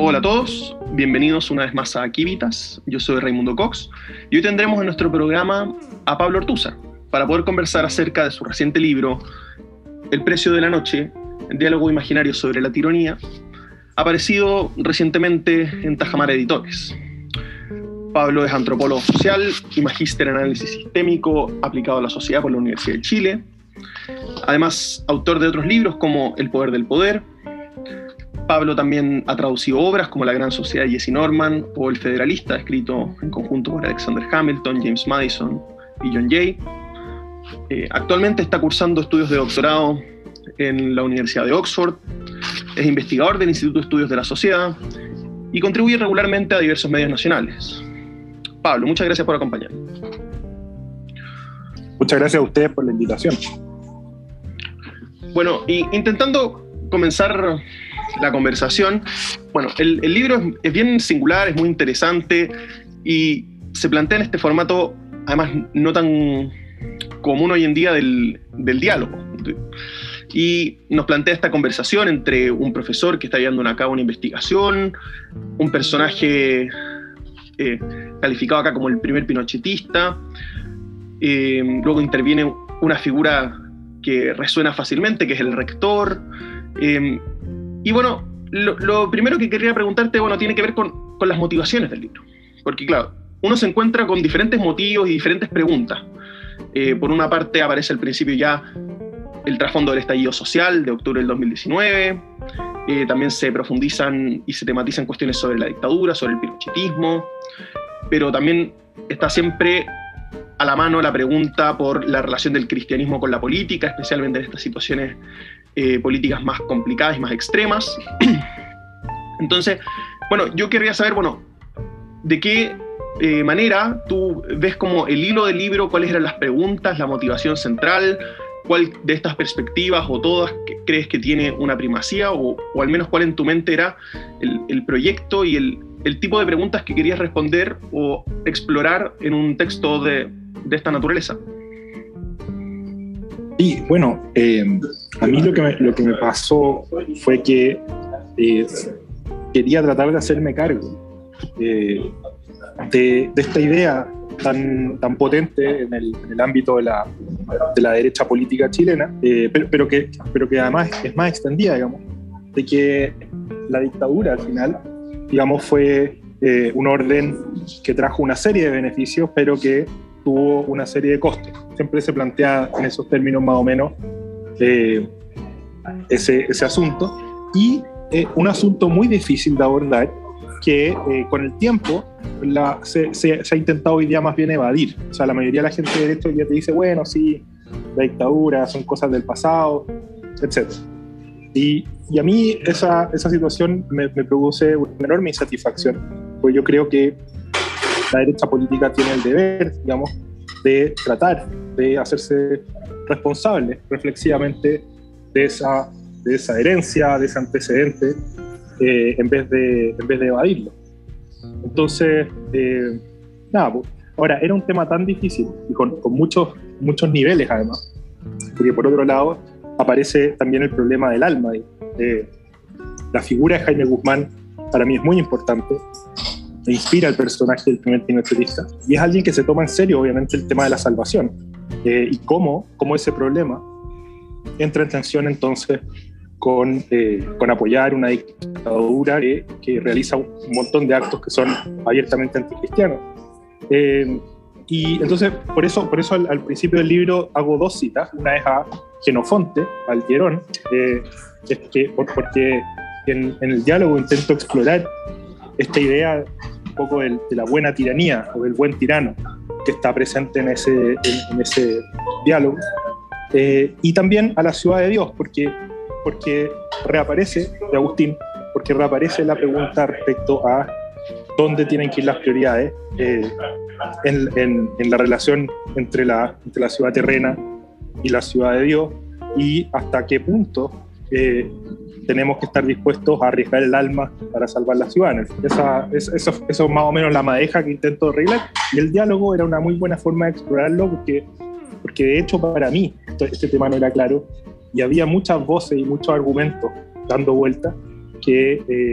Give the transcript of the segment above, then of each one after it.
Hola a todos, bienvenidos una vez más a Quivitas. Yo soy Raimundo Cox y hoy tendremos en nuestro programa a Pablo Ortúzar para poder conversar acerca de su reciente libro El precio de la noche, el diálogo imaginario sobre la tiranía, aparecido recientemente en Tajamar Editores. Pablo es antropólogo social y magíster en análisis sistémico aplicado a la sociedad por la Universidad de Chile. Además, autor de otros libros como El poder del poder. Pablo también ha traducido obras como La gran sociedad de Jesse Norman o El federalista, escrito en conjunto por Alexander Hamilton, James Madison y John Jay. Actualmente está cursando estudios de doctorado en la Universidad de Oxford, es investigador del Instituto de Estudios de la Sociedad y contribuye regularmente a diversos medios nacionales. Pablo, muchas gracias por acompañarnos. Muchas gracias a ustedes por la invitación. Bueno, y intentando comenzar la conversación, bueno, el libro es bien singular, es muy interesante y se plantea en este formato, además no tan común hoy en día del diálogo. Y nos plantea esta conversación entre un profesor que está llevando a cabo una investigación, un personaje calificado acá como el primer pinochetista, luego interviene una figura que resuena fácilmente, que es el rector. Y bueno, lo primero que quería preguntarte, bueno, tiene que ver con las motivaciones del libro. Porque claro, uno se encuentra con diferentes motivos y diferentes preguntas. Por una parte aparece al principio ya el trasfondo del estallido social de octubre del 2019. También se profundizan y se tematizan cuestiones sobre la dictadura, sobre el pinochetismo. Pero también está siempre a la mano la pregunta por la relación del cristianismo con la política, especialmente en estas situaciones políticas más complicadas y más extremas. Entonces, bueno, yo querría saber, bueno, de qué manera tú ves como el hilo del libro, cuáles eran las preguntas, la motivación central, cuál de estas perspectivas o todas crees que tiene una primacía, o al menos cuál en tu mente era el proyecto y el tipo de preguntas que querías responder o explorar en un texto de esta naturaleza. Y bueno, a mí lo que me pasó fue que quería tratar de hacerme cargo de esta idea tan potente en el ámbito de la derecha política chilena, pero que además es más extendida, digamos, de que la dictadura al final, digamos, fue un orden que trajo una serie de beneficios, pero que tuvo una serie de costos. Siempre se plantea en esos términos más o menos ese asunto, y un asunto muy difícil de abordar que con el tiempo se ha intentado hoy día más bien evadir. O sea, la mayoría de la gente de derecho ya te dice, bueno, sí, la dictadura son cosas del pasado, etc. Y a mí esa situación me produce una enorme insatisfacción, porque yo creo que la derecha política tiene el deber, digamos, de tratar de hacerse responsable reflexivamente de esa herencia, de ese antecedente, en vez de evadirlo. Entonces, nada, pues, ahora, era un tema tan difícil y con muchos niveles además, porque por otro lado aparece también el problema del alma. La figura de Jaime Guzmán para mí es muy importante, me inspira el personaje del primer pinochetista, y es alguien que se toma en serio, obviamente, el tema de la salvación, y cómo ese problema entra en tensión entonces con apoyar una dictadura que realiza un montón de actos que son abiertamente anticristianos. Y entonces, por eso al principio del libro hago dos citas. Una es a Genofonte, al Hierón, porque en el diálogo intento explorar esta idea un poco de la buena tiranía o del buen tirano que está presente en ese diálogo, y también a la ciudad de Dios, porque reaparece de Agustín, porque reaparece la pregunta respecto a dónde tienen que ir las prioridades en la relación entre la ciudad terrena y la ciudad de Dios, y hasta qué punto tenemos que estar dispuestos a arriesgar el alma para salvar la ciudad. Eso es más o menos la madeja que intento arreglar, y el diálogo era una muy buena forma de explorarlo, porque de hecho para mí este tema no era claro, y había muchas voces y muchos argumentos dando vueltas que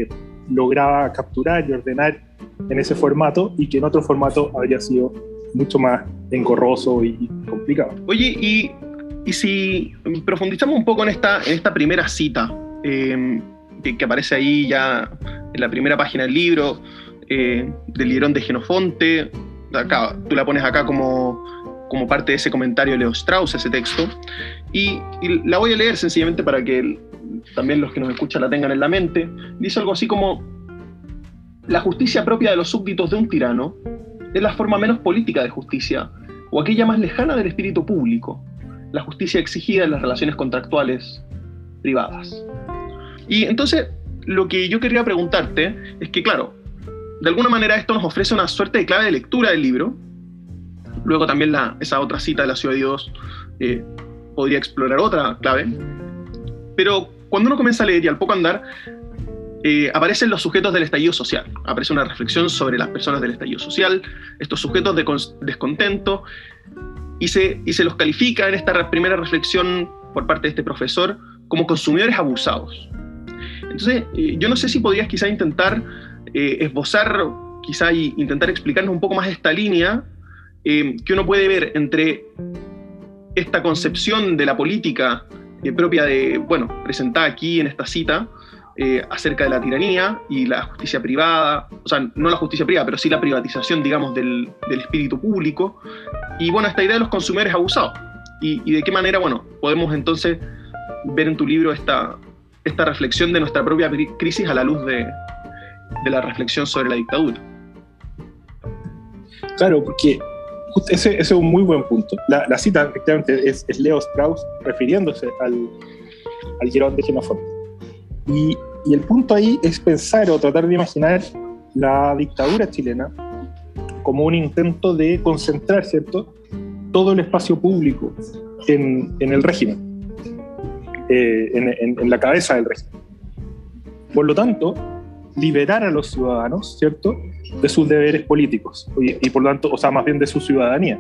lograba capturar y ordenar en ese formato, y que en otro formato habría sido mucho más engorroso y complicado. Oye, y si profundizamos un poco en esta primera cita, que aparece ahí ya en la primera página del libro, del Hierón de Jenofonte, acá, tú la pones acá como parte de ese comentario de Leo Strauss, ese texto, y la voy a leer sencillamente para que también los que nos escuchan la tengan en la mente. Dice algo así como: la justicia propia de los súbditos de un tirano es la forma menos política de justicia, o aquella más lejana del espíritu público, la justicia exigida en las relaciones contractuales privadas. Y entonces, lo que yo quería preguntarte es que, claro, de alguna manera esto nos ofrece una suerte de clave de lectura del libro. Luego también esa otra cita de la Ciudad de Dios podría explorar otra clave. Pero cuando uno comienza a leer y al poco andar, aparecen los sujetos del estallido social. Aparece una reflexión sobre las personas del estallido social, estos sujetos de descontento, y se los califica en esta primera reflexión por parte de este profesor como consumidores abusados. Entonces, yo no sé si podrías quizá intentar esbozar, quizá intentar explicarnos un poco más esta línea que uno puede ver entre esta concepción de la política propia de, presentada aquí en esta cita, acerca de la tiranía y la justicia privada, o sea, no la justicia privada, pero sí la privatización, digamos, del espíritu público, y esta idea de los consumidores abusados, y de qué manera, podemos entonces ver en tu libro esta reflexión de nuestra propia crisis a la luz de la reflexión sobre la dictadura. Claro, porque ese es un muy buen punto. La cita, efectivamente, es Leo Strauss refiriéndose al Hierón de Jenofonte. Y el punto ahí es pensar o tratar de imaginar la dictadura chilena como un intento de concentrar, ¿cierto?, todo el espacio público en el régimen, en la cabeza del régimen. Por lo tanto, liberar a los ciudadanos, ¿cierto?, de sus deberes políticos y por lo tanto, o sea, más bien de su ciudadanía,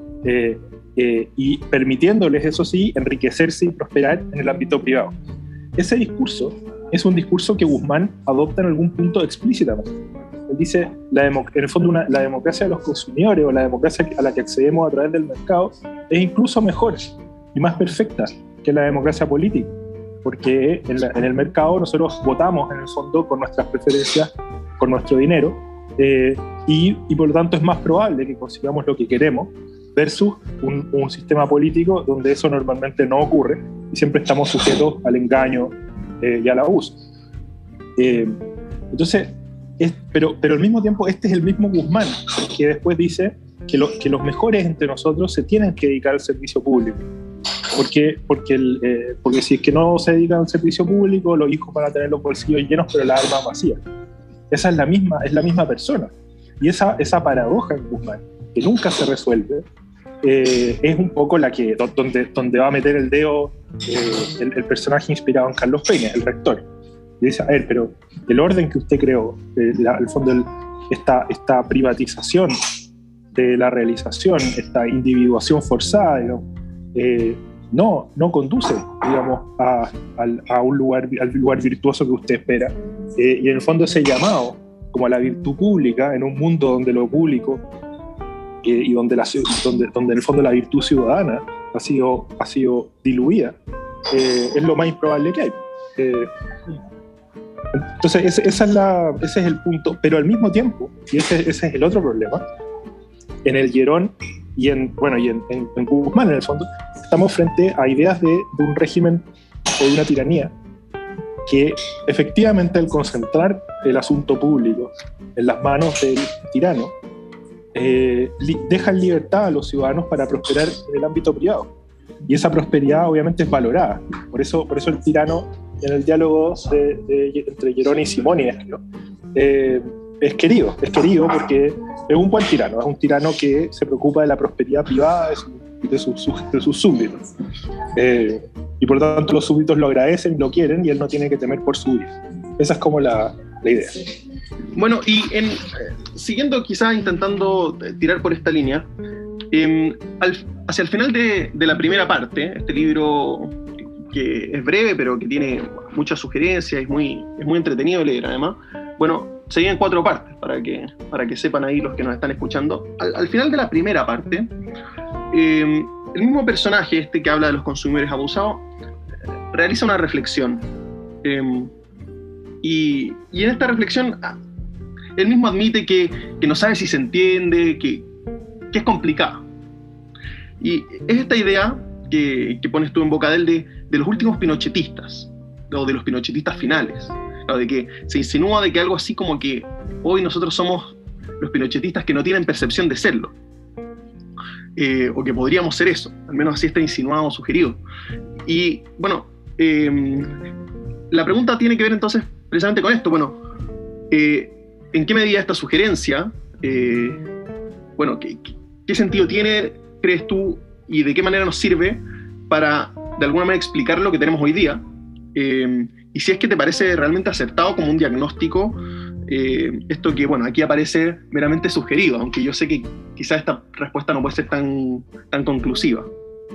y permitiéndoles, eso sí, enriquecerse y prosperar en el ámbito privado. Ese discurso es un discurso que Guzmán adopta en algún punto explícitamente. Él dice, en el fondo, la democracia de los consumidores, o la democracia a la que accedemos a través del mercado, es incluso mejor y más perfecta que la democracia política, porque en el mercado nosotros votamos, en el fondo, con nuestras preferencias, con nuestro dinero, y por lo tanto es más probable que consigamos lo que queremos, versus un sistema político donde eso normalmente no ocurre y siempre estamos sujetos al engaño y al abuso. Entonces, pero al mismo tiempo este es el mismo Guzmán que después dice que los mejores entre nosotros se tienen que dedicar al servicio público, porque si es que no se dedican al servicio público, los hijos van a tener los bolsillos llenos pero las almas vacías. Esa es la misma persona, y esa paradoja en Guzmán, que nunca se resuelve, es un poco la que donde va a meter el dedo el personaje inspirado en Carlos Peña, el rector. Y dice, a ver, pero el orden que usted creó, al fondo esta privatización de la realización, esta individuación forzada, digamos, no conduce, digamos, al lugar virtuoso que usted espera. Y en el fondo ese llamado como a la virtud pública, en un mundo donde lo público y donde en el fondo la virtud ciudadana ha sido diluida, es lo más improbable que hay. Entonces ese es el punto, pero al mismo tiempo, y ese es el otro problema, en el Hierón y en Guzmán, en el fondo, estamos frente a ideas de un régimen o de una tiranía que efectivamente, al concentrar el asunto público en las manos del tirano, deja en libertad a los ciudadanos para prosperar en el ámbito privado. Y esa prosperidad obviamente es valorada. Por eso el tirano, en el diálogo entre Hierón y Simónides, ¿no?, es querido porque es un buen tirano, es un tirano que se preocupa de la prosperidad privada de sus súbditos. Y por lo tanto los súbditos lo agradecen, lo quieren, y él no tiene que temer por su vida. Esa es como la idea. Bueno, y siguiendo quizás intentando tirar por esta línea, hacia el final de la primera parte, este libro que es breve pero que tiene muchas sugerencias, es muy entretenido de leer además, bueno, se divide en 4 partes, para que sepan ahí los que nos están escuchando. Al final de la primera parte, el mismo personaje, que habla de los consumidores abusados, realiza una reflexión. Y en esta reflexión, él mismo admite que no sabe si se entiende, que es complicado. Y es esta idea que pones tú en boca de él de los últimos pinochetistas, o de los pinochetistas finales, ¿no? De que se insinúa de que algo así como que hoy nosotros somos los pinochetistas que no tienen percepción de serlo, o que podríamos ser eso, al menos así está insinuado o sugerido. Y bueno, la pregunta tiene que ver entonces precisamente con esto. Bueno, ¿en qué medida esta sugerencia, bueno, qué sentido tiene, crees tú, y de qué manera nos sirve para de alguna manera explicar lo que tenemos hoy día? Y si es que te parece realmente acertado como un diagnóstico, esto que, bueno, aquí aparece meramente sugerido, aunque yo sé que quizás esta respuesta no puede ser tan conclusiva.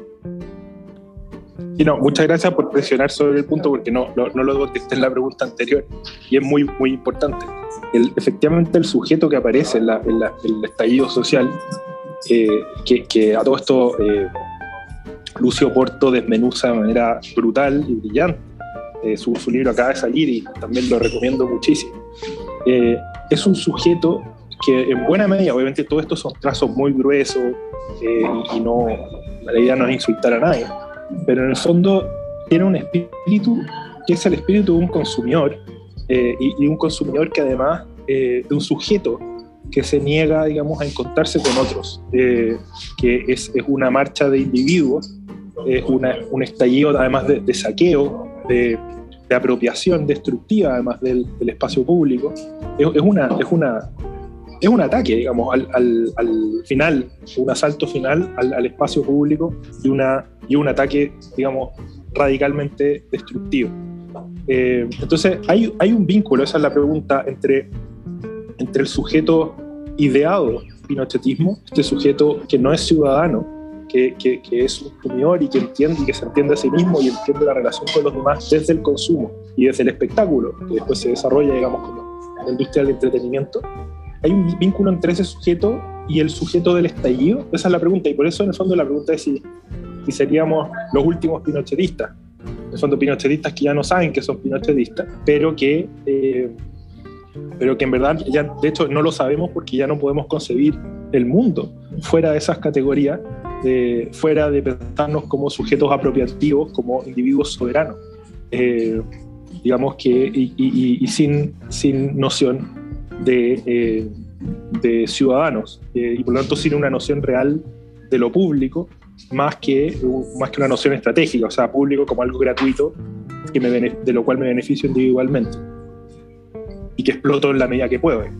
Y no, muchas gracias por presionar sobre el punto, porque no lo contesté en la pregunta anterior, y es muy, muy importante. Efectivamente, el sujeto que aparece en el estallido social, que a todo esto Lucio Porto desmenuza de manera brutal y brillante. Su libro acaba de salir y también lo recomiendo muchísimo. Es un sujeto que en buena medida, obviamente todo esto son trazos muy gruesos, y no, la idea no es insultar a nadie, pero en el fondo tiene un espíritu que es el espíritu de un consumidor, y un consumidor que además de un sujeto que se niega, digamos, a encontrarse con otros, que es una marcha de individuos, un estallido además de saqueo, de apropiación destructiva además del espacio público. Es un ataque, digamos, al final, un asalto final al espacio público, y un ataque, digamos, radicalmente destructivo. Entonces hay un vínculo, esa es la pregunta, entre el sujeto ideado pinochetismo, este sujeto que no es ciudadano, que es un consumidor y que entiende y que se entiende a sí mismo y entiende la relación con los demás desde el consumo y desde el espectáculo, que después se desarrolla, digamos, como la industria del entretenimiento. Hay un vínculo entre ese sujeto y el sujeto del estallido. Esa es la pregunta, y por eso en el fondo la pregunta es si seríamos los últimos pinochetistas. En el fondo, pinochetistas que ya no saben que son pinochetistas, pero que en verdad ya, de hecho, no lo sabemos, porque ya no podemos concebir el mundo fuera de esas categorías, fuera de pensarnos como sujetos apropiativos, como individuos soberanos, digamos que, y sin noción de ciudadanos, y por lo tanto sin una noción real de lo público, más que una noción estratégica, o sea, público como algo gratuito de lo cual me beneficio individualmente y que exploto en la medida que puedo.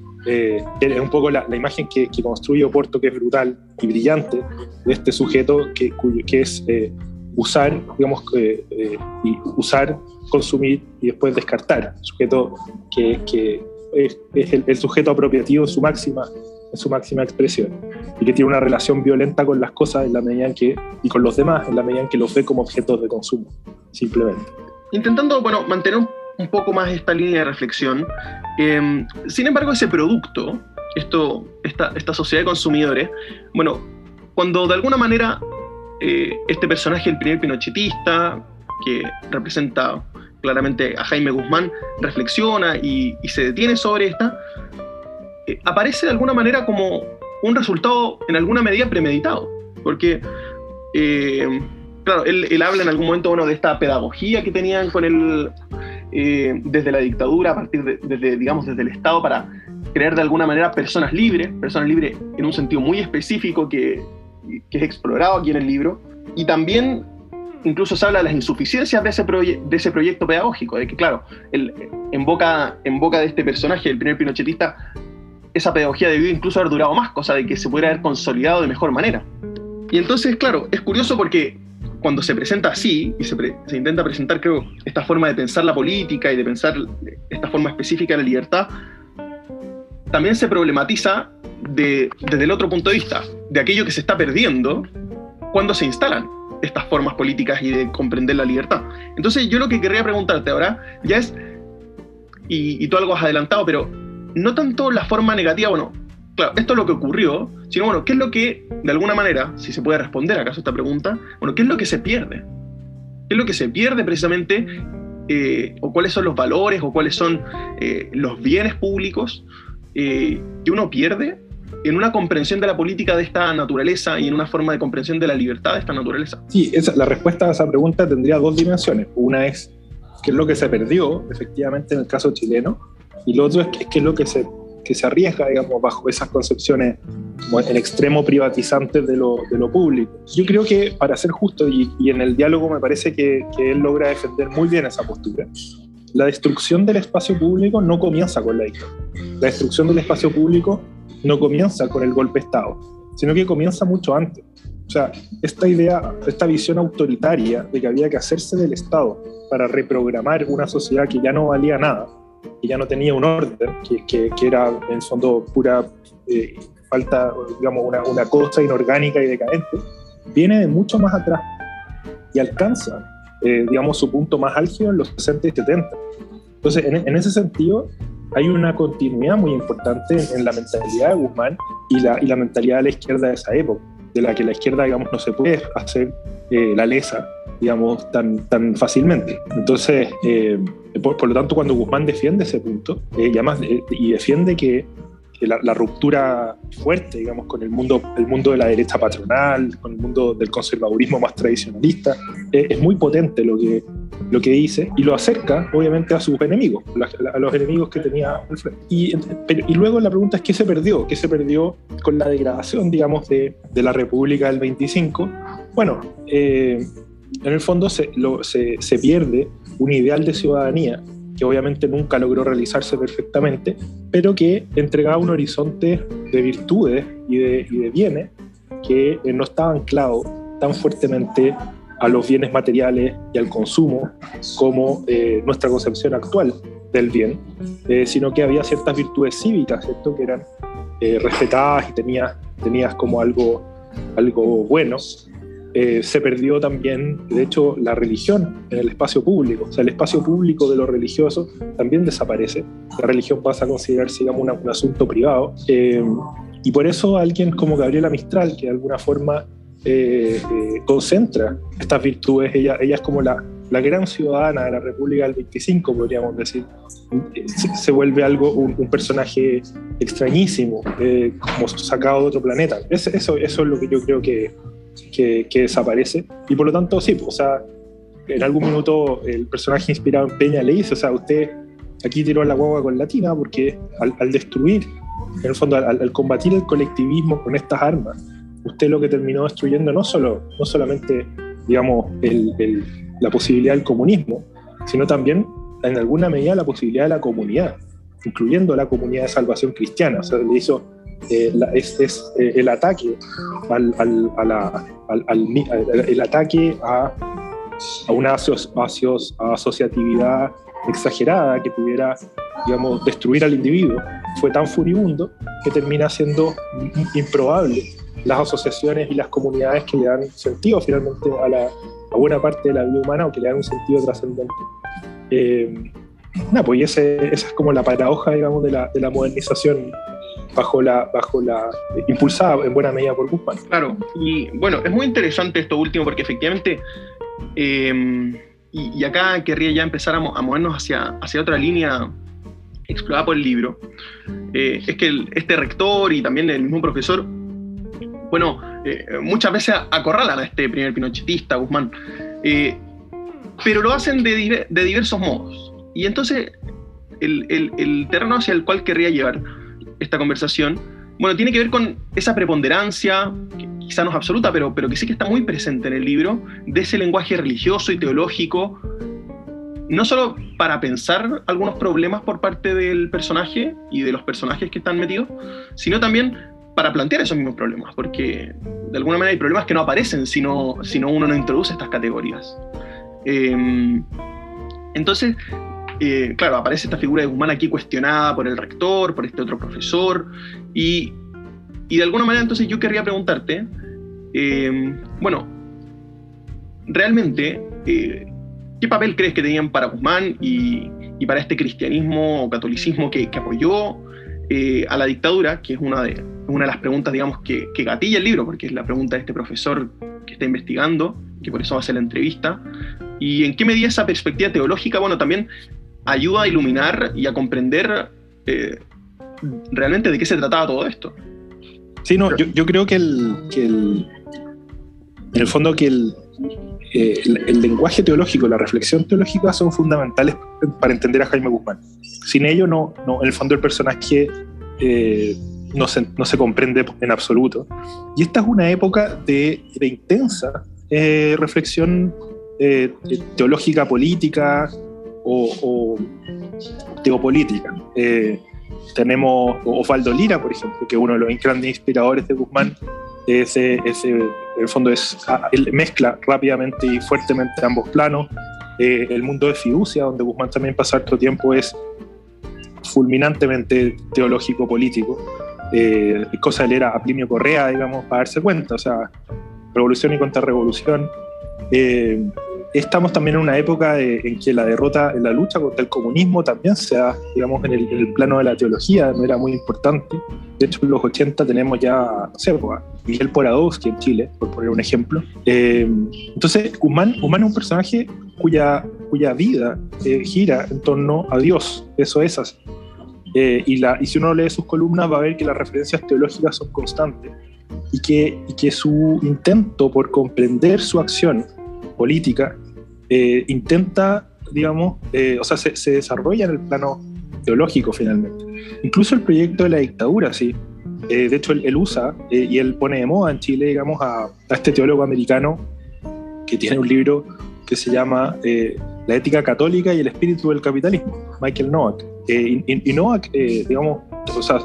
Es un poco la imagen que construye Oporto, que es brutal y brillante, de este sujeto que es usar, digamos, y usar, consumir y después descartar. Sujeto que es el sujeto apropiativo en su máxima expresión, y que tiene una relación violenta con las cosas en la medida en que, y con los demás en la medida en que los ve como objetos de consumo, simplemente. Intentando, bueno, mantener un poco más esta línea de reflexión, sin embargo, ese producto, esta sociedad de consumidores, bueno, cuando de alguna manera este personaje, el primer pinochetista, que representa claramente a Jaime Guzmán, reflexiona y se detiene sobre esta, aparece de alguna manera como un resultado en alguna medida premeditado, porque claro, él habla en algún momento, bueno, de esta pedagogía que tenían con él desde la dictadura, a partir desde el Estado, para crear de alguna manera personas libres en un sentido muy específico que es explorado aquí en el libro, y también incluso se habla de las insuficiencias de ese proyecto pedagógico, de que, claro, en boca de este personaje, el primer pinochetista, esa pedagogía debió incluso haber durado más, cosa de que se pudiera haber consolidado de mejor manera. Y entonces, claro, es curioso porque cuando se presenta así, y se intenta presentar, creo, esta forma de pensar la política y de pensar esta forma específica de la libertad, también se problematiza desde el otro punto de vista, de aquello que se está perdiendo cuando se instalan estas formas políticas y de comprender la libertad. Entonces, yo lo que querría preguntarte ahora ya es, y tú algo has adelantado, pero no tanto la forma negativa, bueno, claro, esto es lo que ocurrió, sino, bueno, ¿qué es lo que, de alguna manera, si se puede responder acaso esta pregunta, bueno, ¿qué es lo que se pierde? ¿Qué es lo que se pierde precisamente, o cuáles son los valores, o cuáles son los bienes públicos que uno pierde en una comprensión de la política de esta naturaleza y en una forma de comprensión de la libertad de esta naturaleza? Sí, la respuesta a esa pregunta tendría dos dimensiones. Una es qué es lo que se perdió, efectivamente, en el caso chileno, y lo otro es qué es lo que se arriesga, digamos, bajo esas concepciones como en extremo privatizantes de lo público. Yo creo que, para ser justo, y en el diálogo me parece que él logra defender muy bien esa postura, la destrucción del espacio público no comienza con la dictadura. La destrucción del espacio público no comienza con el golpe de Estado, sino que comienza mucho antes. O sea, esta idea, esta visión autoritaria de que había que hacerse del Estado para reprogramar una sociedad que ya no valía nada, que ya no tenía un orden, que era en el fondo pura falta, digamos, una cosa inorgánica y decadente, viene de mucho más atrás y alcanza, digamos, su punto más álgido en los 60 y 70. Entonces, en ese sentido, hay una continuidad muy importante en la mentalidad de Guzmán y la mentalidad de la izquierda de esa época, de la que la izquierda, digamos, no se puede hacer la lesa, digamos, tan fácilmente. Entonces, por lo tanto, cuando Guzmán defiende ese punto, y además y defiende que la ruptura fuerte, digamos, con el mundo de la derecha patronal, con el mundo del conservadurismo más tradicionalista, es muy potente lo que dice, y lo acerca, obviamente, a sus enemigos, a los enemigos que tenía al frente. Y luego la pregunta es, ¿qué se perdió? ¿Qué se perdió con la degradación, digamos, de la República del 25? Bueno, en el fondo se pierde un ideal de ciudadanía que obviamente nunca logró realizarse perfectamente, pero que entregaba un horizonte de virtudes y de bienes que no estaba anclado tan fuertemente a los bienes materiales y al consumo como nuestra concepción actual del bien, sino que había ciertas virtudes cívicas, ¿cierto?, que eran respetadas y tenías como algo bueno. Se perdió también, de hecho, la religión en el espacio público. O sea, el espacio público de lo religioso también desaparece. La religión pasa a considerarse, digamos, un asunto privado. Y por eso alguien como Gabriela Mistral, que de alguna forma concentra estas virtudes, ella es como la gran ciudadana de la República del 25, podríamos decir, se vuelve un personaje extrañísimo, como sacado de otro planeta. Eso es lo que yo creo que desaparece, y por lo tanto sí, o sea, en algún minuto el personaje inspirado en Peña le dice, o sea, usted aquí tiró la guagua con la tina, porque al destruir, en el fondo, al combatir el colectivismo con estas armas, usted lo que terminó destruyendo no solamente, digamos, la posibilidad del comunismo, sino también, en alguna medida, la posibilidad de la comunidad, incluyendo la comunidad de salvación cristiana. O sea, le hizo el ataque el ataque a una asociatividad exagerada que pudiera, digamos, destruir al individuo, fue tan furibundo que termina siendo improbable las asociaciones y las comunidades que le dan sentido finalmente a buena parte de la vida humana, o que le dan un sentido trascendente. Pues esa es como la paradoja, digamos, de la modernización impulsada en buena medida por Guzmán. Claro, y bueno, es muy interesante esto último, porque efectivamente, y acá querría ya empezar a movernos hacia otra línea explorada por el libro, es que este rector y también el mismo profesor, bueno, muchas veces acorralan a este primer pinochetista, Guzmán, pero lo hacen de diversos modos. Y entonces, el terreno hacia el cual querría llevar esta conversación, bueno, tiene que ver con esa preponderancia, que quizá no es absoluta, pero que sí que está muy presente en el libro, de ese lenguaje religioso y teológico, no solo para pensar algunos problemas por parte del personaje y de los personajes que están metidos, sino también para plantear esos mismos problemas, porque de alguna manera hay problemas que no aparecen si uno no introduce estas categorías. Entonces, claro, aparece esta figura de Guzmán aquí cuestionada por el rector, por este otro profesor, y de alguna manera entonces yo querría preguntarte, bueno, realmente, ¿qué papel crees que tenían para Guzmán y y para este cristianismo o catolicismo que apoyó a la dictadura, que es una de las preguntas, digamos, que gatilla el libro, porque es la pregunta de este profesor que está investigando, que por eso va a hacer la entrevista, y en qué medida esa perspectiva teológica, bueno, también ayuda a iluminar y a comprender realmente de qué se trataba todo esto. Sí, no, yo creo que en el fondo que el lenguaje teológico, la reflexión teológica son fundamentales para entender a Jaime Guzmán. Sin ello, en el fondo el personaje no se comprende en absoluto. Y esta es una época de intensa reflexión teológica política o teopolítica. Tenemos Osvaldo Lira, por ejemplo, que es uno de los grandes inspiradores de Guzmán. En el fondo él mezcla rápidamente y fuertemente ambos planos. El mundo de fiducia, donde Guzmán también pasa harto tiempo, es fulminantemente teológico-político. Cosa de leer a Plinio Correa, digamos, para darse cuenta, o sea, revolución y contrarrevolución. Estamos también en una época en que la derrota en la lucha contra el comunismo también se da, digamos, en el plano de la teología, no era muy importante. De hecho, en los 80 tenemos ya, no sé, a Miguel Poradowski en Chile, por poner un ejemplo. Entonces, Guzmán es un personaje cuya vida gira en torno a Dios, eso es así. Y si uno lee sus columnas va a ver que las referencias teológicas son constantes y que su intento por comprender su acción política intenta, digamos, o sea, se desarrolla en el plano teológico finalmente. Incluso el proyecto de la dictadura, sí. De hecho, él usa y él pone de moda en Chile, digamos, a este teólogo americano que tiene un libro que se llama La ética católica y el espíritu del capitalismo, Michael Nowak. Y Nowak, digamos, o sea,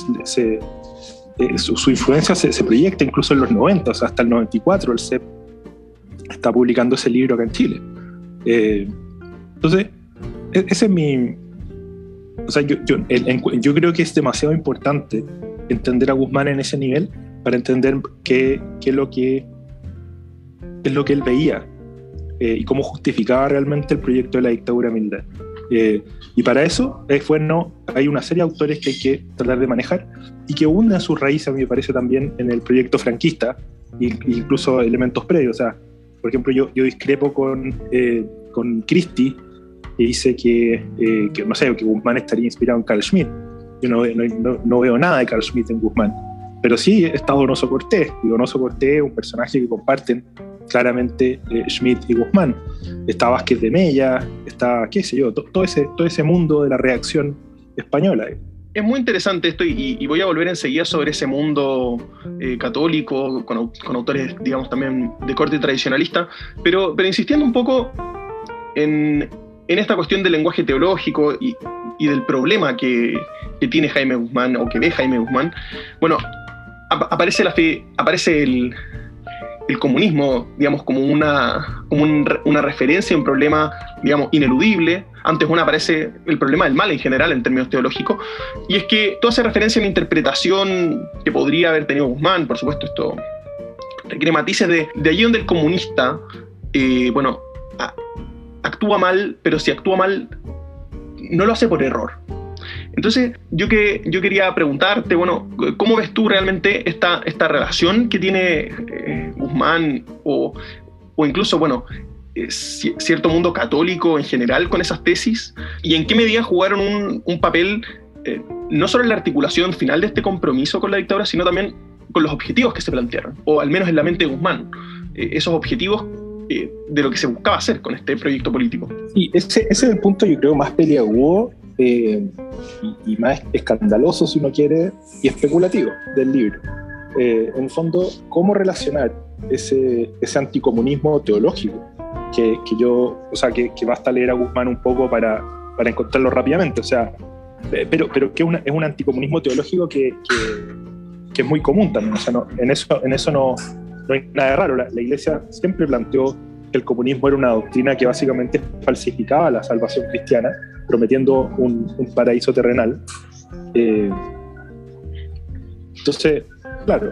su influencia se proyecta incluso en los 90, o sea, hasta el 94 el CEP está publicando ese libro acá en Chile. Entonces, ese es mi... O sea, yo creo que es demasiado importante entender a Guzmán en ese nivel para entender qué es lo que él veía y cómo justificaba realmente el proyecto de la dictadura militar. Y para eso es bueno, hay una serie de autores que hay que tratar de manejar y que hunden sus raíces, a mí me parece, también en el proyecto franquista, incluso elementos previos. O sea, por ejemplo, yo discrepo con Christie, que dice que no sé, que Guzmán estaría inspirado en Carl Schmitt. Yo no veo nada de Carl Schmitt en Guzmán, pero sí está Donoso Cortés, y Donoso Cortés es un personaje que comparten claramente Schmitt y Guzmán. Está Vázquez de Mella, está, qué sé yo, todo ese mundo de la reacción española. Es muy interesante esto y voy a volver enseguida sobre ese mundo católico con autores, digamos, también de corte tradicionalista, pero insistiendo un poco en esta cuestión del lenguaje teológico y del problema que tiene Jaime Guzmán o que ve Jaime Guzmán. Bueno, aparece el comunismo, digamos, como una referencia, un problema, digamos, ineludible. Antes aparece el problema del mal en general en términos teológicos, y es que todo hace referencia a una interpretación que podría haber tenido Guzmán. Por supuesto, esto requiere matices de allí donde el comunista, actúa mal, pero si actúa mal, no lo hace por error. Entonces, yo quería preguntarte, bueno, ¿cómo ves tú realmente esta relación que tiene Guzmán o incluso, bueno, cierto mundo católico en general con esas tesis? ¿Y en qué medida jugaron un papel no solo en la articulación final de este compromiso con la dictadura, sino también con los objetivos que se plantearon, o al menos en la mente de Guzmán, esos objetivos de lo que se buscaba hacer con este proyecto político? Sí, ese es el punto, yo creo, más peliagudo y más escandaloso, si uno quiere, y especulativo del libro. En el fondo, cómo relacionar ese anticomunismo teológico que basta leer a Guzmán un poco para encontrarlo rápidamente, o sea, pero que es un anticomunismo teológico que es muy común también. O sea, en eso no hay nada de raro. La Iglesia siempre planteó que el comunismo era una doctrina que básicamente falsificaba la salvación cristiana, prometiendo un paraíso terrenal. Entonces, claro,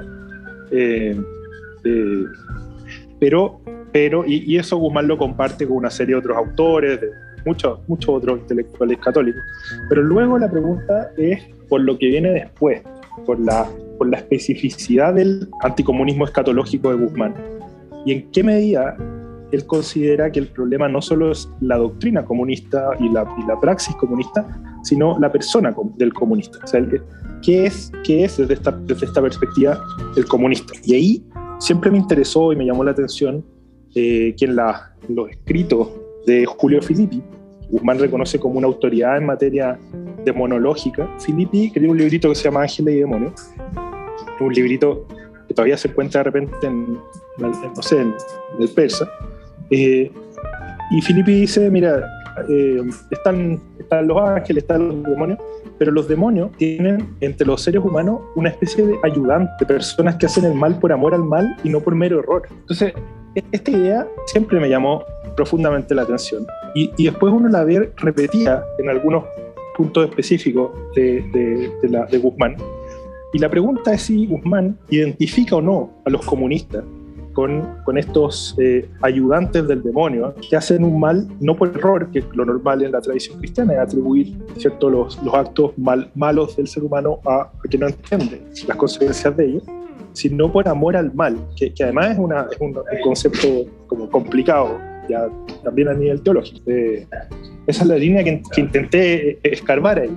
pero eso Guzmán lo comparte con una serie de otros autores, muchos otros intelectuales católicos. Pero luego la pregunta es por lo que viene después, por la especificidad del anticomunismo escatológico de Guzmán, y en qué medida él considera que el problema no solo es la doctrina comunista y la praxis comunista, sino la persona del comunista. O sea, ¿qué es desde esta perspectiva el comunista? Y ahí siempre me interesó y me llamó la atención que en los escritos de Julio Filippi, Guzmán reconoce como una autoridad en materia demonológica. Filippi escribió un librito que se llama Ángeles y Demonios, un librito que todavía se encuentra de repente en el persa. Y Filippi dice, mira, están los ángeles, están los demonios, pero los demonios tienen entre los seres humanos una especie de ayudante, personas que hacen el mal por amor al mal y no por mero error. Entonces, esta idea siempre me llamó profundamente la atención. Y después uno la ve repetida en algunos puntos específicos de Guzmán. Y la pregunta es si Guzmán identifica o no a los comunistas con estos ayudantes del demonio que hacen un mal no por error, que lo normal en la tradición cristiana es atribuir, ¿cierto?, los actos malos del ser humano a que no entiende las consecuencias de ellos, sino por amor al mal, que además es un concepto como complicado, ya también a nivel teológico. Esa es la línea que intenté escarbar ahí.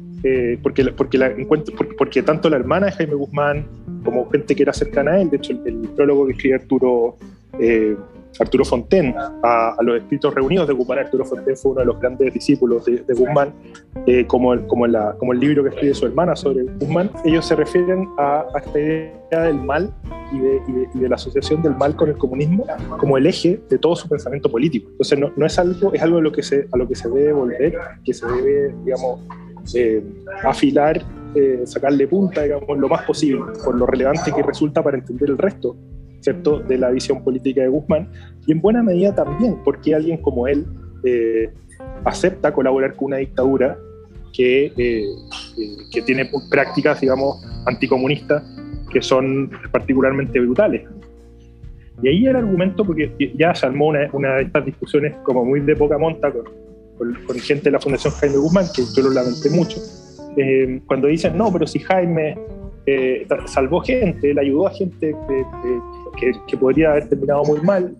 Porque tanto la hermana de Jaime Guzmán como gente que era cercana a él, de hecho el prólogo que escribe Arturo Fontaine a los escritos reunidos de Guzmán, Arturo Fontaine fue uno de los grandes discípulos de Guzmán, como el libro que escribe su hermana sobre Guzmán, ellos se refieren a esta idea del mal y de la asociación del mal con el comunismo como el eje de todo su pensamiento político. Entonces no es algo a lo que se debe volver, que se debe, digamos, afilar, sacarle punta, digamos, lo más posible, por lo relevante que resulta para entender el resto, ¿cierto?, de la visión política de Guzmán, y en buena medida también porque alguien como él acepta colaborar con una dictadura que tiene prácticas, digamos, anticomunistas que son particularmente brutales. Y ahí el argumento, porque ya se armó una de estas discusiones como muy de poca monta con gente de la Fundación Jaime Guzmán, que yo lo lamenté mucho, cuando dicen, no, pero si Jaime salvó gente, él ayudó a gente que podría haber terminado muy mal,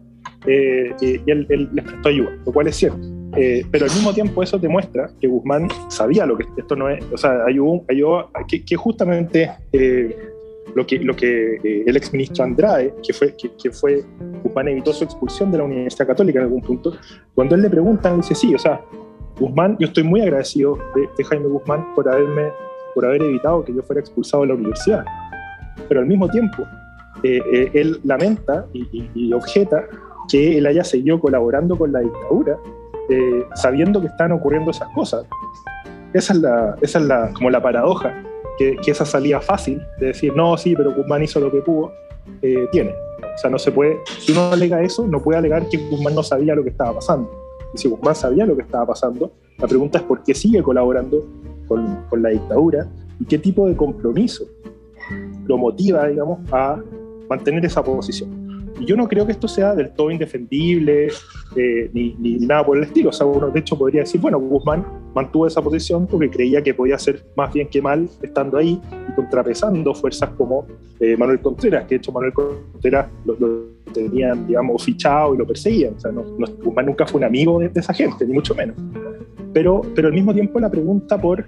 y él les prestó ayuda, lo cual es cierto. Pero al mismo tiempo eso demuestra que Guzmán sabía lo que esto no es, o sea, ayudó que justamente lo que el exministro Andrade, que fue Guzmán evitó su expulsión de la Universidad Católica en algún punto, cuando él le preguntan, dice, sí, o sea, Guzmán, yo estoy muy agradecido de Jaime Guzmán por haber evitado que yo fuera expulsado de la universidad, pero al mismo tiempo él lamenta y objeta que él haya seguido colaborando con la dictadura sabiendo que están ocurriendo esas cosas. Esa es como la paradoja que esa salida fácil de decir, no, sí, pero Guzmán hizo lo que pudo, tiene. O sea, no se puede, si uno alega eso, no puede alegar que Guzmán no sabía lo que estaba pasando. Y si Guzmán sabía lo que estaba pasando, la pregunta es por qué sigue colaborando con la dictadura y qué tipo de compromiso lo motiva, digamos, a mantener esa posición. Y yo no creo que esto sea del todo indefendible ni nada por el estilo. O sea, uno de hecho podría decir, bueno, Guzmán mantuvo esa posición porque creía que podía ser más bien que mal estando ahí y contrapesando fuerzas como Manuel Contreras, que de hecho Manuel Contreras lo tenían, digamos, fichado y lo perseguían. O sea, Guzmán nunca fue un amigo de esa gente, ni mucho menos. Pero al mismo tiempo la pregunta por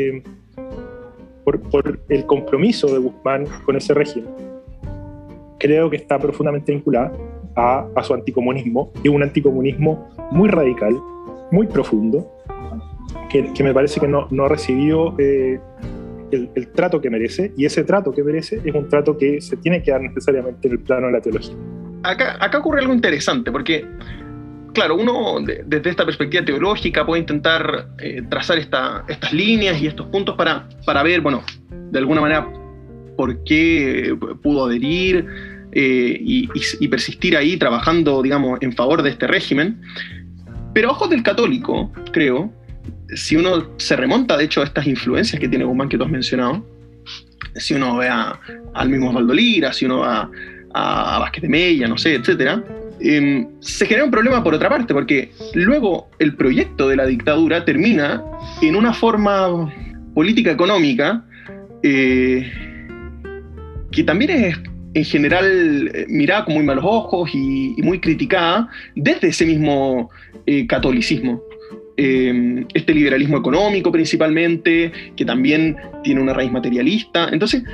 el compromiso de Guzmán con ese régimen creo que está profundamente vinculada a su anticomunismo, y un anticomunismo muy radical, muy profundo, que me parece que no ha recibido el trato que merece, y ese trato que merece es un trato que se tiene que dar necesariamente en el plano de la teología. Acá ocurre algo interesante, porque claro, uno desde esta perspectiva teológica puede intentar trazar estas líneas y estos puntos para ver, bueno, de alguna manera por qué pudo adherir y persistir ahí trabajando, digamos, en favor de este régimen. Pero a ojos del católico, creo, si uno se remonta de hecho a estas influencias que tiene Guzmán que tú has mencionado, si uno ve al mismo Osvaldo Lira, si uno va a Vázquez de Mella, no sé, etcétera, se genera un problema por otra parte, porque luego el proyecto de la dictadura termina en una forma política económica que también es en general mirada con muy malos ojos y muy criticada desde ese mismo catolicismo. Este liberalismo económico principalmente, que también tiene una raíz materialista. Entonces,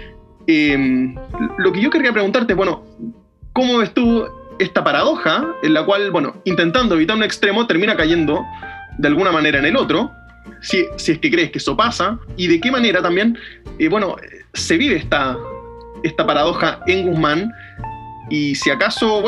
lo que yo quería preguntarte es, bueno, ¿cómo ves tú esta paradoja en la cual, bueno, intentando evitar un extremo, termina cayendo de alguna manera en el otro? Si es que crees que eso pasa, y de qué manera también, se vive esta paradoja en Guzmán, y si acaso,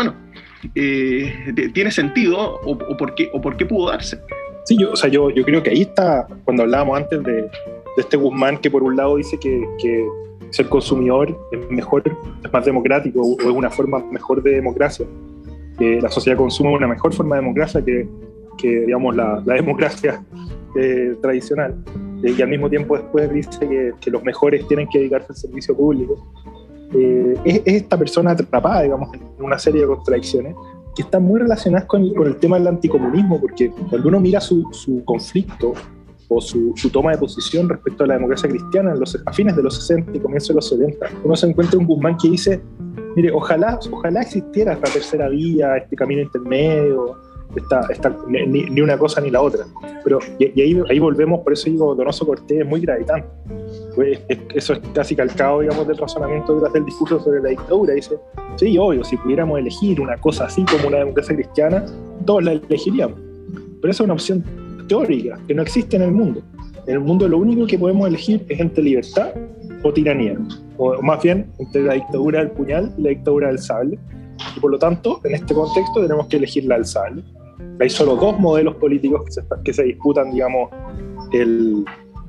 tiene sentido, o por qué pudo darse. Sí, yo creo que ahí está, cuando hablábamos antes de este Guzmán, que por un lado dice que ser consumidor es mejor, es más democrático, o es una forma mejor de democracia, que la sociedad consuma una mejor forma de democracia que digamos, la democracia tradicional, y al mismo tiempo después dice que los mejores tienen que dedicarse al servicio público. Es esta persona atrapada, digamos, en una serie de contradicciones que están muy relacionadas con el tema del anticomunismo, porque cuando uno mira su conflicto o su toma de posición respecto a la democracia cristiana a fines de los 60 y comienzos de los 70, uno se encuentra un Guzmán que dice, mire, ojalá existiera esta tercera vía, este camino intermedio, ni una cosa ni la otra. Pero ahí volvemos, por eso digo, Donoso Cortés es muy gravitante. Eso es casi calcado, digamos, del razonamiento detrás del discurso sobre la dictadura. Dice, sí, obvio, si pudiéramos elegir una cosa así como una democracia cristiana, todos la elegiríamos. Pero esa es una opción teórica que no existe en el mundo. En el mundo lo único que podemos elegir es entre libertad o tiranía, o más bien entre la dictadura del puñal y la dictadura del sable, y por lo tanto en este contexto tenemos que elegir la del sable. Hay solo dos modelos políticos que se disputan, digamos, el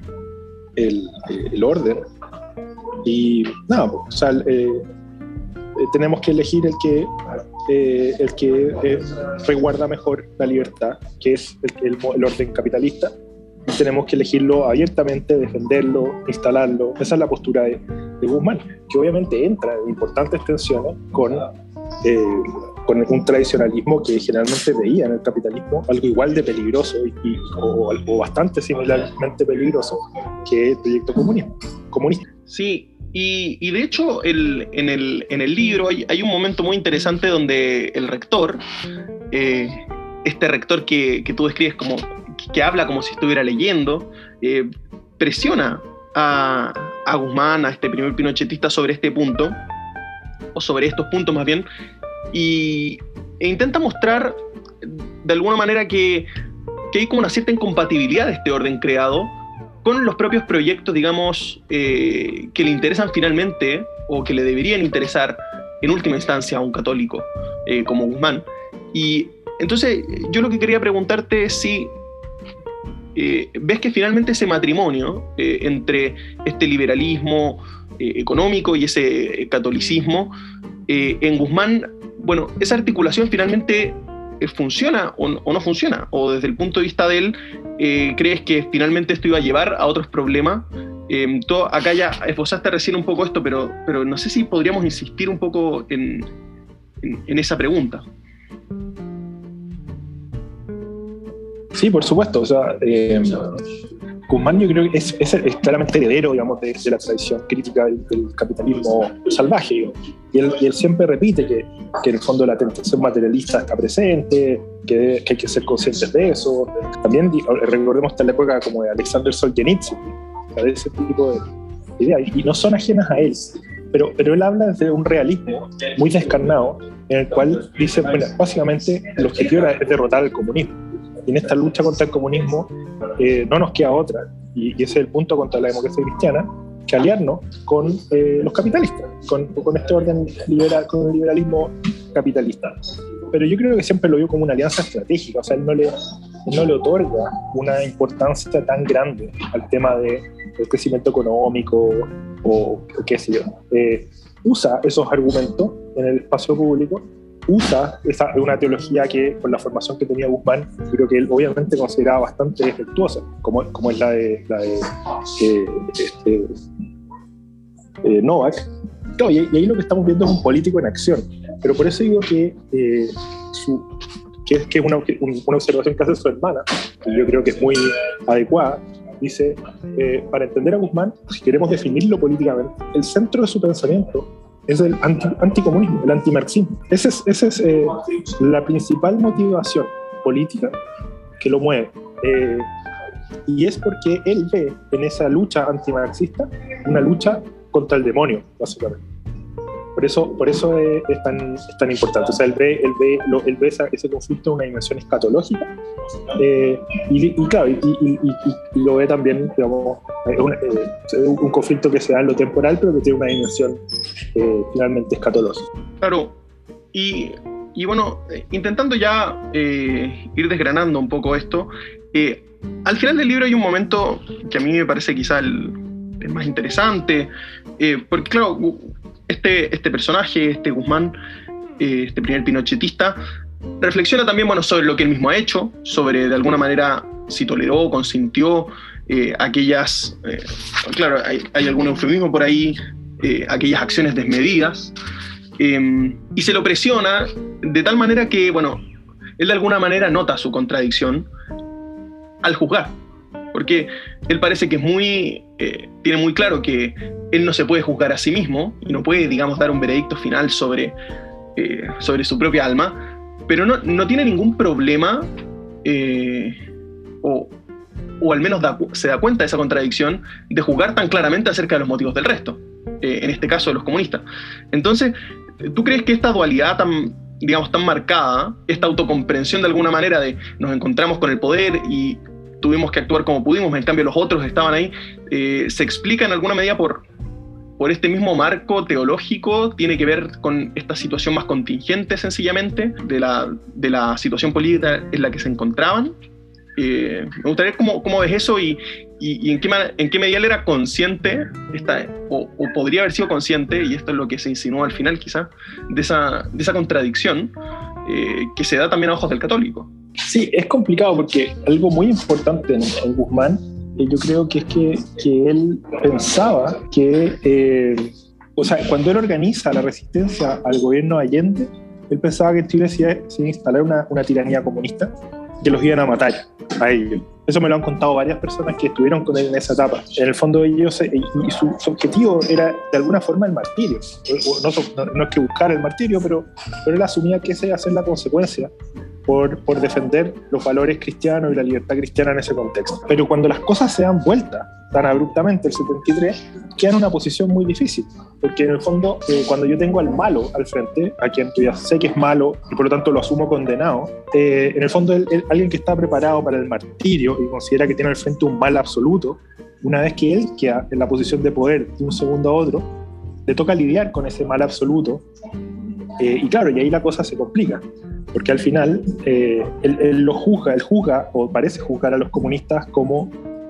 orden, y nada, tenemos que elegir el que resguarda mejor la libertad, que es el orden capitalista. Tenemos que elegirlo abiertamente, defenderlo, instalarlo. Esa es la postura de Guzmán, que obviamente entra en importantes tensiones con un tradicionalismo que generalmente veía en el capitalismo algo igual de peligroso o bastante similarmente peligroso que el proyecto comunista. Sí. Y de hecho, en el libro hay un momento muy interesante donde el rector, este rector que tú describes como que habla como si estuviera leyendo, presiona a Guzmán, a este primer pinochetista, sobre este punto, o sobre estos puntos más bien, e intenta mostrar de alguna manera que hay como una cierta incompatibilidad de este orden creado con los propios proyectos, digamos, que le interesan finalmente, o que le deberían interesar en última instancia a un católico como Guzmán. Y entonces yo lo que quería preguntarte es si ves que finalmente ese matrimonio entre este liberalismo económico y ese catolicismo en Guzmán, bueno, esa articulación finalmente funciona o no funciona, o desde el punto de vista de él, ¿crees que finalmente esto iba a llevar a otros problemas? Acá ya esbozaste recién un poco esto, pero no sé si podríamos insistir un poco en esa pregunta. Sí, por supuesto. O sea, Guzmán, yo creo que es claramente heredero, digamos, de la tradición crítica del capitalismo salvaje, digamos. Y él siempre repite que en el fondo la tentación materialista está presente, que hay que ser conscientes de eso. También recordemos la época como de Alexander Solzhenitsyn, de ese tipo de ideas, y no son ajenas a él. Pero él habla de un realismo muy descarnado, en el cual dice, bueno, básicamente el objetivo es derrotar el comunismo. Y en esta lucha contra el comunismo no nos queda otra, y ese es el punto contra la democracia cristiana, que aliarnos con los capitalistas, con este orden liberal, con el liberalismo capitalista. Pero yo creo que siempre lo vio como una alianza estratégica. O sea, él no le otorga una importancia tan grande al tema del crecimiento económico o qué sé yo. Usa esos argumentos en el espacio público, usa una teología que, con la formación que tenía Guzmán, creo que él obviamente consideraba bastante defectuosa, como es la de Novak. Claro, y ahí lo que estamos viendo es un político en acción. Pero por eso digo que que es una observación que hace su hermana, que yo creo que es muy adecuada. Dice, para entender a Guzmán, si queremos definirlo políticamente, el centro de su pensamiento es el anticomunismo, el antimarxismo. Esa es la principal motivación política que lo mueve. Y es porque él ve en esa lucha antimarxista una lucha contra el demonio, básicamente. Por eso es tan importante. O sea, él ve ese conflicto en una dimensión escatológica, y lo ve también, digamos, un conflicto que se da en lo temporal, pero que tiene una dimensión finalmente escatológica. Claro, y bueno, intentando ya ir desgranando un poco esto, al final del libro hay un momento que a mí me parece quizá el más interesante, porque claro, este personaje, este Guzmán, este primer pinochetista, reflexiona también, bueno, sobre lo que él mismo ha hecho, sobre de alguna manera si toleró, consintió aquellas, claro, hay algún eufemismo por ahí, aquellas acciones desmedidas, y se lo presiona de tal manera que, bueno, él de alguna manera nota su contradicción al juzgar, porque él parece que tiene muy claro que él no se puede juzgar a sí mismo y no puede, digamos, dar un veredicto final sobre su propia alma, pero no tiene ningún problema, o al menos se da cuenta de esa contradicción de juzgar tan claramente acerca de los motivos del resto, en este caso de los comunistas. Entonces, ¿tú crees que esta dualidad tan marcada, esta autocomprensión de alguna manera de nos encontramos con el poder y tuvimos que actuar como pudimos, en cambio los otros estaban ahí, se explica en alguna medida por este mismo marco teológico? ¿Tiene que ver con esta situación más contingente, sencillamente, de la situación política en la que se encontraban? Me gustaría cómo ves eso y en qué medida él era consciente, o podría haber sido consciente, y esto es lo que se insinuó al final quizá, de esa contradicción que se da también a ojos del católico. Sí, es complicado porque algo muy importante en Guzmán, yo creo que es que él pensaba que, o sea, cuando él organiza la resistencia al gobierno de Allende, él pensaba que en Chile se iba a instalar una tiranía comunista, que los iban a matar a ellos. Eso me lo han contado varias personas que estuvieron con él en esa etapa. En el fondo ellos, y su objetivo era de alguna forma el martirio. No es que buscara el martirio, pero él asumía que esa iba a ser la consecuencia por defender los valores cristianos y la libertad cristiana en ese contexto. Pero cuando las cosas se dan vuelta tan abruptamente, el 73, queda en una posición muy difícil, porque en el fondo, cuando yo tengo al malo al frente, a quien yo ya sé que es malo y por lo tanto lo asumo condenado, en el fondo alguien que está preparado para el martirio y considera que tiene al frente un mal absoluto, una vez que él queda en la posición de poder de un segundo a otro, le toca lidiar con ese mal absoluto, y claro, y ahí la cosa se complica, porque al final él juzga o parece juzgar a los comunistas como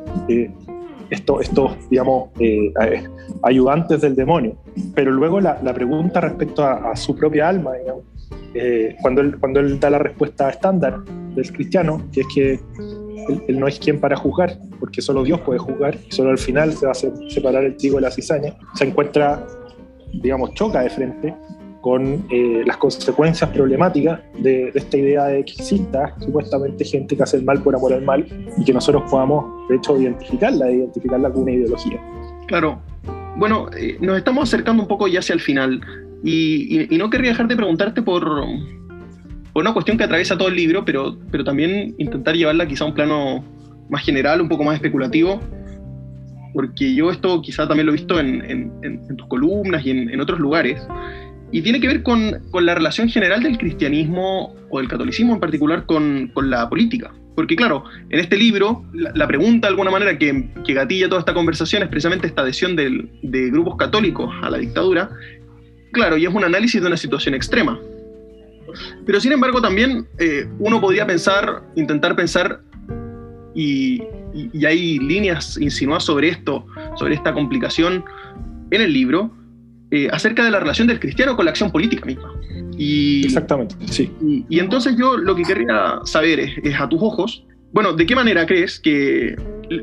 estos digamos, ayudantes del demonio. Pero luego la pregunta respecto a su propia alma, digamos, cuando él da la respuesta estándar del cristiano, que es que él no es quien para juzgar, porque solo Dios puede juzgar, y solo al final se va a separar el trigo de la cizaña, se encuentra, digamos, choca de frente con las consecuencias problemáticas de esta idea de que exista supuestamente gente que hace el mal por amor al mal, y que nosotros podamos, de hecho, identificarla con una ideología. Claro. Bueno, nos estamos acercando un poco ya hacia el final, y no querría dejar de preguntarte por una cuestión que atraviesa todo el libro, pero también intentar llevarla quizá a un plano más general, un poco más especulativo, porque yo esto quizá también lo he visto en tus columnas y en otros lugares, y tiene que ver con la relación general del cristianismo, o del catolicismo en particular, con la política. Porque claro, en este libro, la pregunta de alguna manera que gatilla toda esta conversación es precisamente esta adhesión de grupos católicos a la dictadura. Claro, y es un análisis de una situación extrema. Pero sin embargo también uno podría intentar pensar, y hay líneas insinuadas sobre esto, sobre esta complicación en el libro, acerca de la relación del cristiano con la acción política misma. Exactamente, sí. Y entonces yo lo que querría saber es a tus ojos, bueno, ¿de qué manera crees que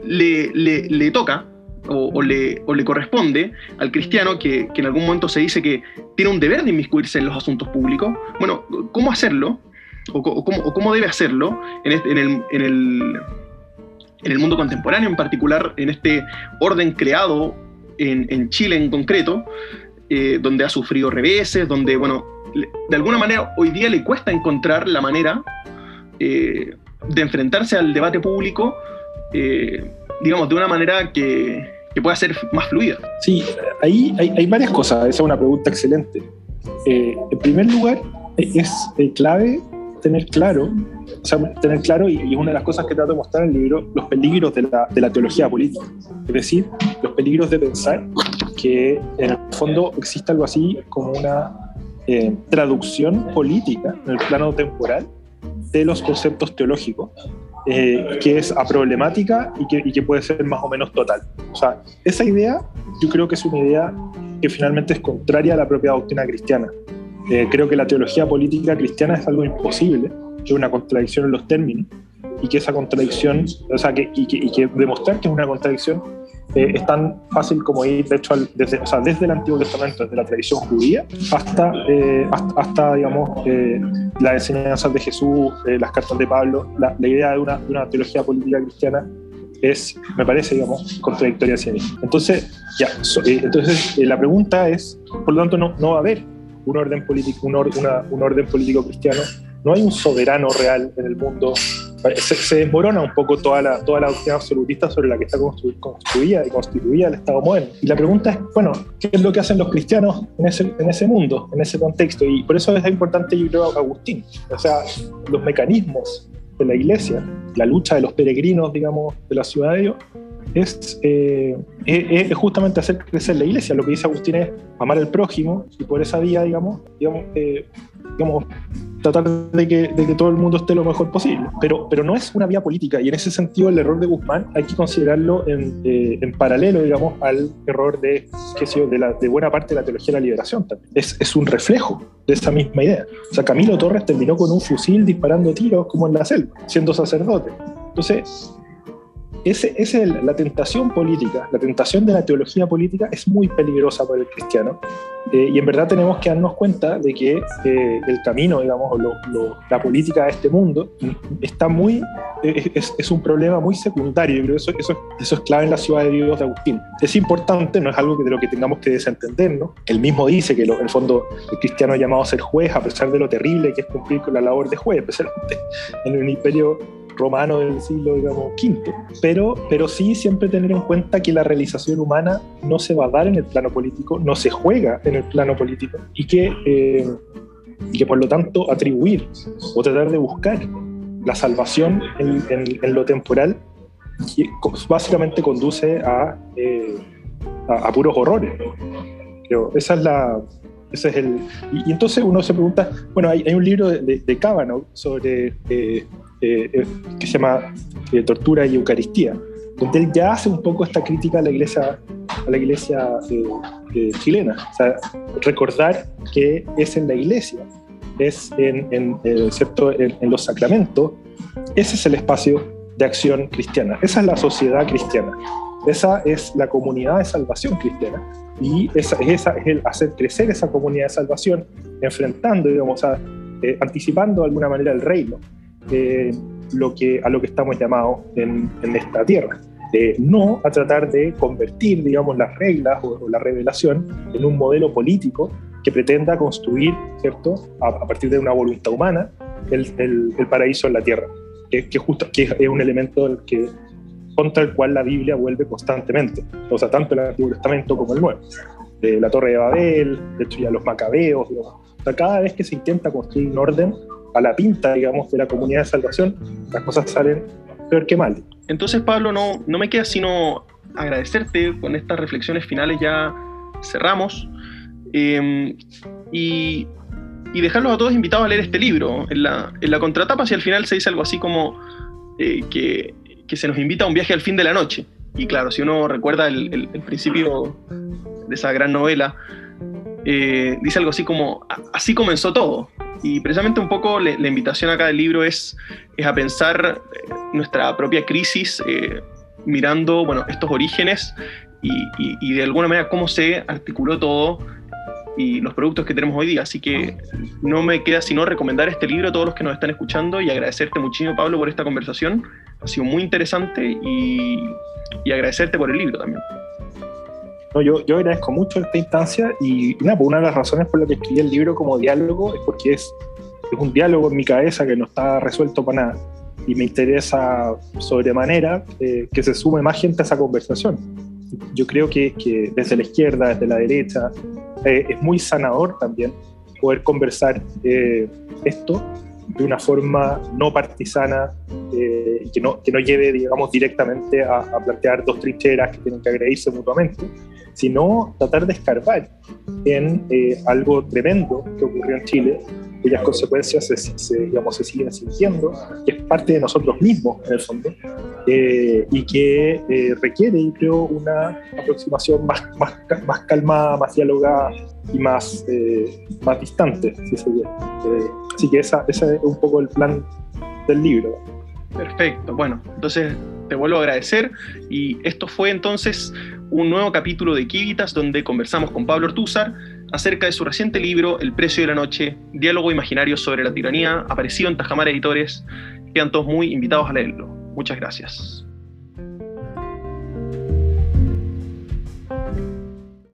le toca o le corresponde al cristiano, que en algún momento se dice que tiene un deber de inmiscuirse en los asuntos públicos? Bueno, ¿cómo hacerlo o cómo debe hacerlo en el mundo contemporáneo, en particular en este orden creado en Chile en concreto, donde ha sufrido reveses, donde, bueno, de alguna manera hoy día le cuesta encontrar la manera de enfrentarse al debate público, digamos, de una manera que pueda ser más fluida. Sí, ahí hay varias cosas. Esa es una pregunta excelente. En primer lugar, es clave tener claro, y es una de las cosas que trato de mostrar en el libro, los peligros de la teología política. Es decir, los peligros de pensar que en el fondo existe algo así como una traducción política en el plano temporal de los conceptos teológicos, que es problemática y que puede ser más o menos total. O sea, esa idea yo creo que es una idea que finalmente es contraria a la propia doctrina cristiana. Creo que la teología política cristiana es algo imposible, es una contradicción en los términos, y que esa contradicción, o sea, que demostrar que es una contradicción es tan fácil como ir, de hecho, desde el Antiguo Testamento, desde la tradición judía, hasta digamos, las enseñanzas de Jesús, las cartas de Pablo. La idea de una teología política cristiana me parece, digamos, contradictoria hacia mí. Entonces, la pregunta es, por lo tanto, no va a haber un orden político, un orden político cristiano. No hay un soberano real en el mundo. Se desmorona un poco toda la doctrina absolutista sobre la que está construida y constituida el Estado moderno. Y la pregunta es, bueno, ¿qué es lo que hacen los cristianos en ese mundo, en ese contexto? Y por eso es importante, yo creo, Agustín. O sea, los mecanismos de la Iglesia, la lucha de los peregrinos, digamos, de la ciudad de Dios, es justamente hacer crecer la Iglesia. Lo que dice Agustín es amar al prójimo, y por esa vía, digamos tratar de que todo el mundo esté lo mejor posible. Pero no es una vía política, y en ese sentido el error de Guzmán hay que considerarlo en paralelo, digamos, al error de buena parte de la teología de la liberación también. Es un reflejo de esa misma idea. O sea, Camilo Torres terminó con un fusil disparando tiros como en la selva, siendo sacerdote. Entonces, la tentación política, la tentación de la teología política es muy peligrosa para el cristiano, y en verdad tenemos que darnos cuenta de que el camino, digamos, la política de este mundo está es un problema muy secundario. Yo creo que eso es clave en la ciudad de Dios de Agustín. Es importante, no es algo de lo que tengamos que desentender, ¿no? Él mismo dice que en el fondo el cristiano es llamado a ser juez, a pesar de lo terrible que es cumplir con la labor de juez, especialmente en un imperio romano del siglo, digamos, V, pero sí siempre tener en cuenta que la realización humana no se va a dar en el plano político, no se juega en el plano político, y que por lo tanto atribuir o tratar de buscar la salvación en lo temporal básicamente conduce a puros horrores. Pero y entonces uno se pregunta, bueno, hay un libro de Kavanaugh sobre que se llama Tortura y Eucaristía, donde él ya hace un poco esta crítica a la iglesia chilena. O sea, recordar que es en la iglesia, es en los sacramentos, ese es el espacio de acción cristiana, esa es la sociedad cristiana, esa es la comunidad de salvación cristiana, y esa es el hacer crecer esa comunidad de salvación, enfrentando, digamos, anticipando de alguna manera el reino, a lo que estamos llamados en esta tierra. No a tratar de convertir, digamos, las reglas o la revelación en un modelo político que pretenda construir, ¿cierto?, a partir de una voluntad humana, el paraíso en la tierra, que es un elemento contra el cual la Biblia vuelve constantemente. O sea, tanto el Antiguo Testamento como el Nuevo. La Torre de Babel, de hecho ya los Macabeos, digamos. O sea, cada vez que se intenta construir un orden a la pinta, digamos, de la comunidad de salvación, las cosas salen peor que mal. Entonces, Pablo, no me queda sino agradecerte. Con estas reflexiones finales ya cerramos, y dejarlos a todos invitados a leer este libro. En la contratapa, hacia el final se dice algo así como que se nos invita a un viaje al fin de la noche. Y claro, si uno recuerda el principio de esa gran novela, dice algo así como: así comenzó todo. Y precisamente un poco la invitación acá del libro es a pensar nuestra propia crisis, mirando, bueno, estos orígenes y de alguna manera cómo se articuló todo y los productos que tenemos hoy día. Así que no me queda sino recomendar este libro a todos los que nos están escuchando y agradecerte muchísimo, Pablo, por esta conversación. Ha sido muy interesante y agradecerte por el libro también. No, yo agradezco mucho esta instancia y nada, pues una de las razones por las que escribí el libro como diálogo es porque es un diálogo en mi cabeza que no está resuelto para nada y me interesa sobremanera que se sume más gente a esa conversación. Yo creo que desde la izquierda, desde la derecha, es muy sanador también poder conversar esto de una forma no partisana, que no lleve, digamos, directamente a plantear dos trincheras que tienen que agredirse mutuamente, sino tratar de escarbar en algo tremendo que ocurrió en Chile, cuyas consecuencias se siguen sintiendo, que es parte de nosotros mismos, en el fondo, y que requiere, yo creo, una aproximación más calmada, más dialogada y más distante, si se quiere. Así que ese es un poco el plan del libro. Perfecto, bueno, entonces te vuelvo a agradecer y esto fue entonces un nuevo capítulo de Quivitas donde conversamos con Pablo Ortúzar acerca de su reciente libro El precio de la noche, diálogo imaginario sobre la tiranía, aparecido en Tajamar Editores. Quedan todos muy invitados a leerlo. Muchas gracias.